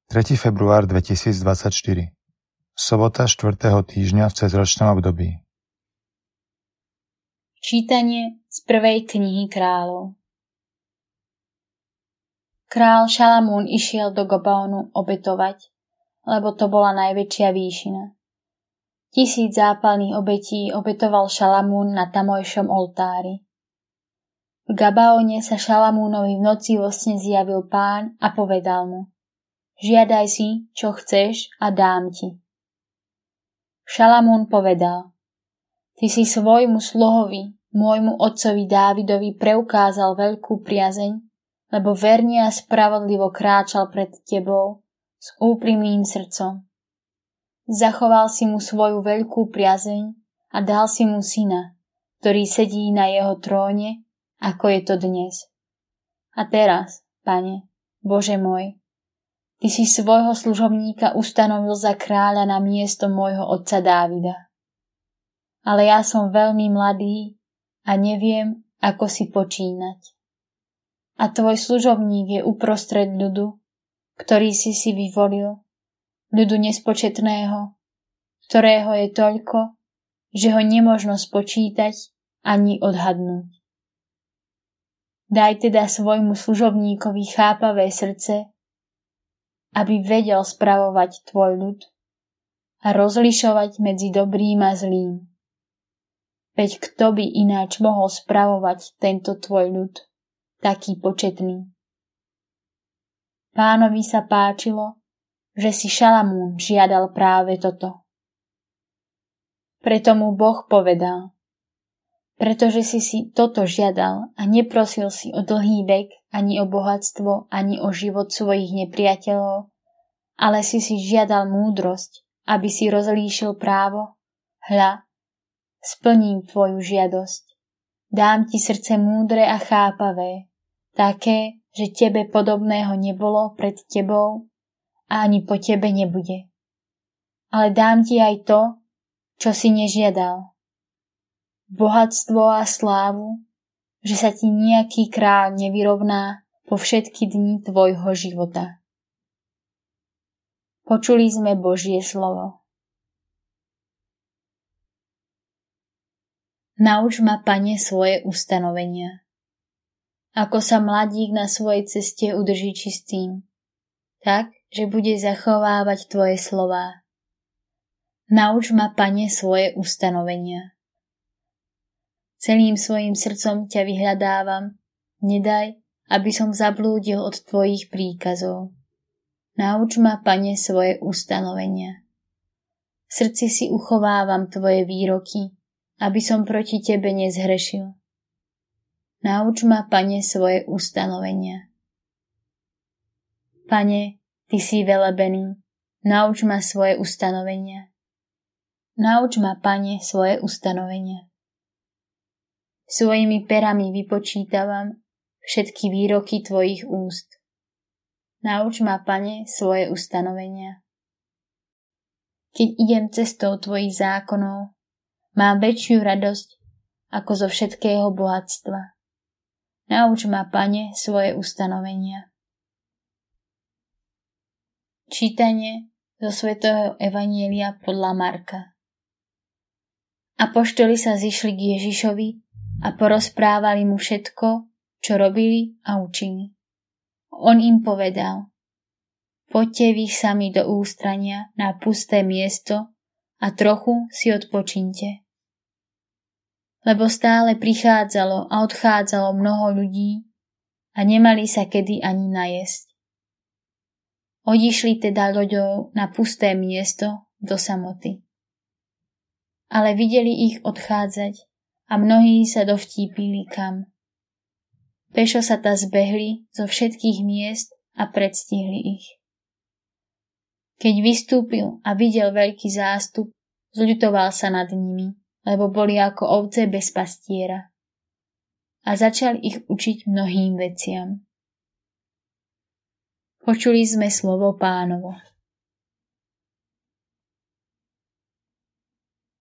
3. február 2024. Sobota 4. týždňa v cezročnom období. Čítanie z prvej knihy kráľov. Král Šalamún išiel do Gabaonu obetovať, lebo to bola najväčšia výšina. 1000 zápalných obetí obetoval Šalamún na tamojšom oltári. V Gabaone sa Šalamúnovi v noci vo sne zjavil Pán a povedal mu: Žiadaj si, čo chceš, a dám ti. Šalamún povedal: Ty si svojmu sluhovi, môjmu otcovi Dávidovi preukázal veľkú priazeň, lebo verne a spravodlivo kráčal pred tebou s úprimným srdcom. Zachoval si mu svoju veľkú priazeň a dal si mu syna, ktorý sedí na jeho tróne, ako je to dnes. A teraz, Pane, Bože môj, Ty si svojho služobníka ustanovil za kráľa na miesto môjho otca Dávida. Ale ja som veľmi mladý a neviem, ako si počínať. A tvoj služobník je uprostred ľudu, ktorý si vyvolil, ľudu nespočetného, ktorého je toľko, že ho nemožno spočítať ani odhadnúť. Daj teda svojmu služobníkovi chápavé srdce, aby vedel spravovať tvoj ľud a rozlišovať medzi dobrým a zlým. Veď kto by ináč mohol spravovať tento tvoj ľud, taký početný? Pánovi sa páčilo, že si Šalamún žiadal práve toto. Preto mu Boh povedal: Pretože si toto žiadal a neprosil si o dlhý vek, ani o bohatstvo, ani o život svojich nepriateľov, ale si žiadal múdrosť, aby si rozlíšil právo, hľa, splním tvoju žiadosť. Dám ti srdce múdre a chápavé, také, že tebe podobného nebolo pred tebou a ani po tebe nebude. Ale dám ti aj to, čo si nežiadal. Bohatstvo a slávu, že sa ti nejaký kráľ nevyrovná po všetky dni tvojho života. Počuli sme Božie slovo. Nauč ma, Pane, svoje ustanovenia. Ako sa mladík na svojej ceste udrží čistým, tak, že bude zachovávať tvoje slová. Nauč ma, Pane, svoje ustanovenia. Celým svojim srdcom ťa vyhľadávam, nedaj, aby som zablúdil od tvojich príkazov. Nauč ma, Pane, svoje ustanovenia. V srdci si uchovávam tvoje výroky, aby som proti tebe nezhrešil. Nauč ma, Pane, svoje ustanovenia. Pane, ty si velebený, nauč ma svoje ustanovenia. Nauč ma, Pane, svoje ustanovenia. Svojimi perami vypočítavam všetky výroky tvojich úst. Nauč ma, Pane, svoje ustanovenia. Keď idem cestou tvojich zákonov, mám väčšiu radosť ako zo všetkého bohatstva. Nauč ma, Pane, svoje ustanovenia. Čítanie zo svätého Evanjelia podľa Marka. Apoštoli sa zišli k Ježišovi a porozprávali mu všetko, čo robili a učili. On im povedal: Poďte vy sami do ústrania na pusté miesto a trochu si odpočinte. Lebo stále prichádzalo a odchádzalo mnoho ľudí a nemali sa kedy ani najesť. Odišli teda loďou na pusté miesto do samoty. Ale videli ich odchádzať a mnohí sa dovtípili kam. Pešo sa ta zbehli zo všetkých miest a predstihli ich. Keď vystúpil a videl veľký zástup, zľutoval sa nad nimi, lebo boli ako ovce bez pastiera. A začal ich učiť mnohým veciam. Počuli sme slovo Pánovo.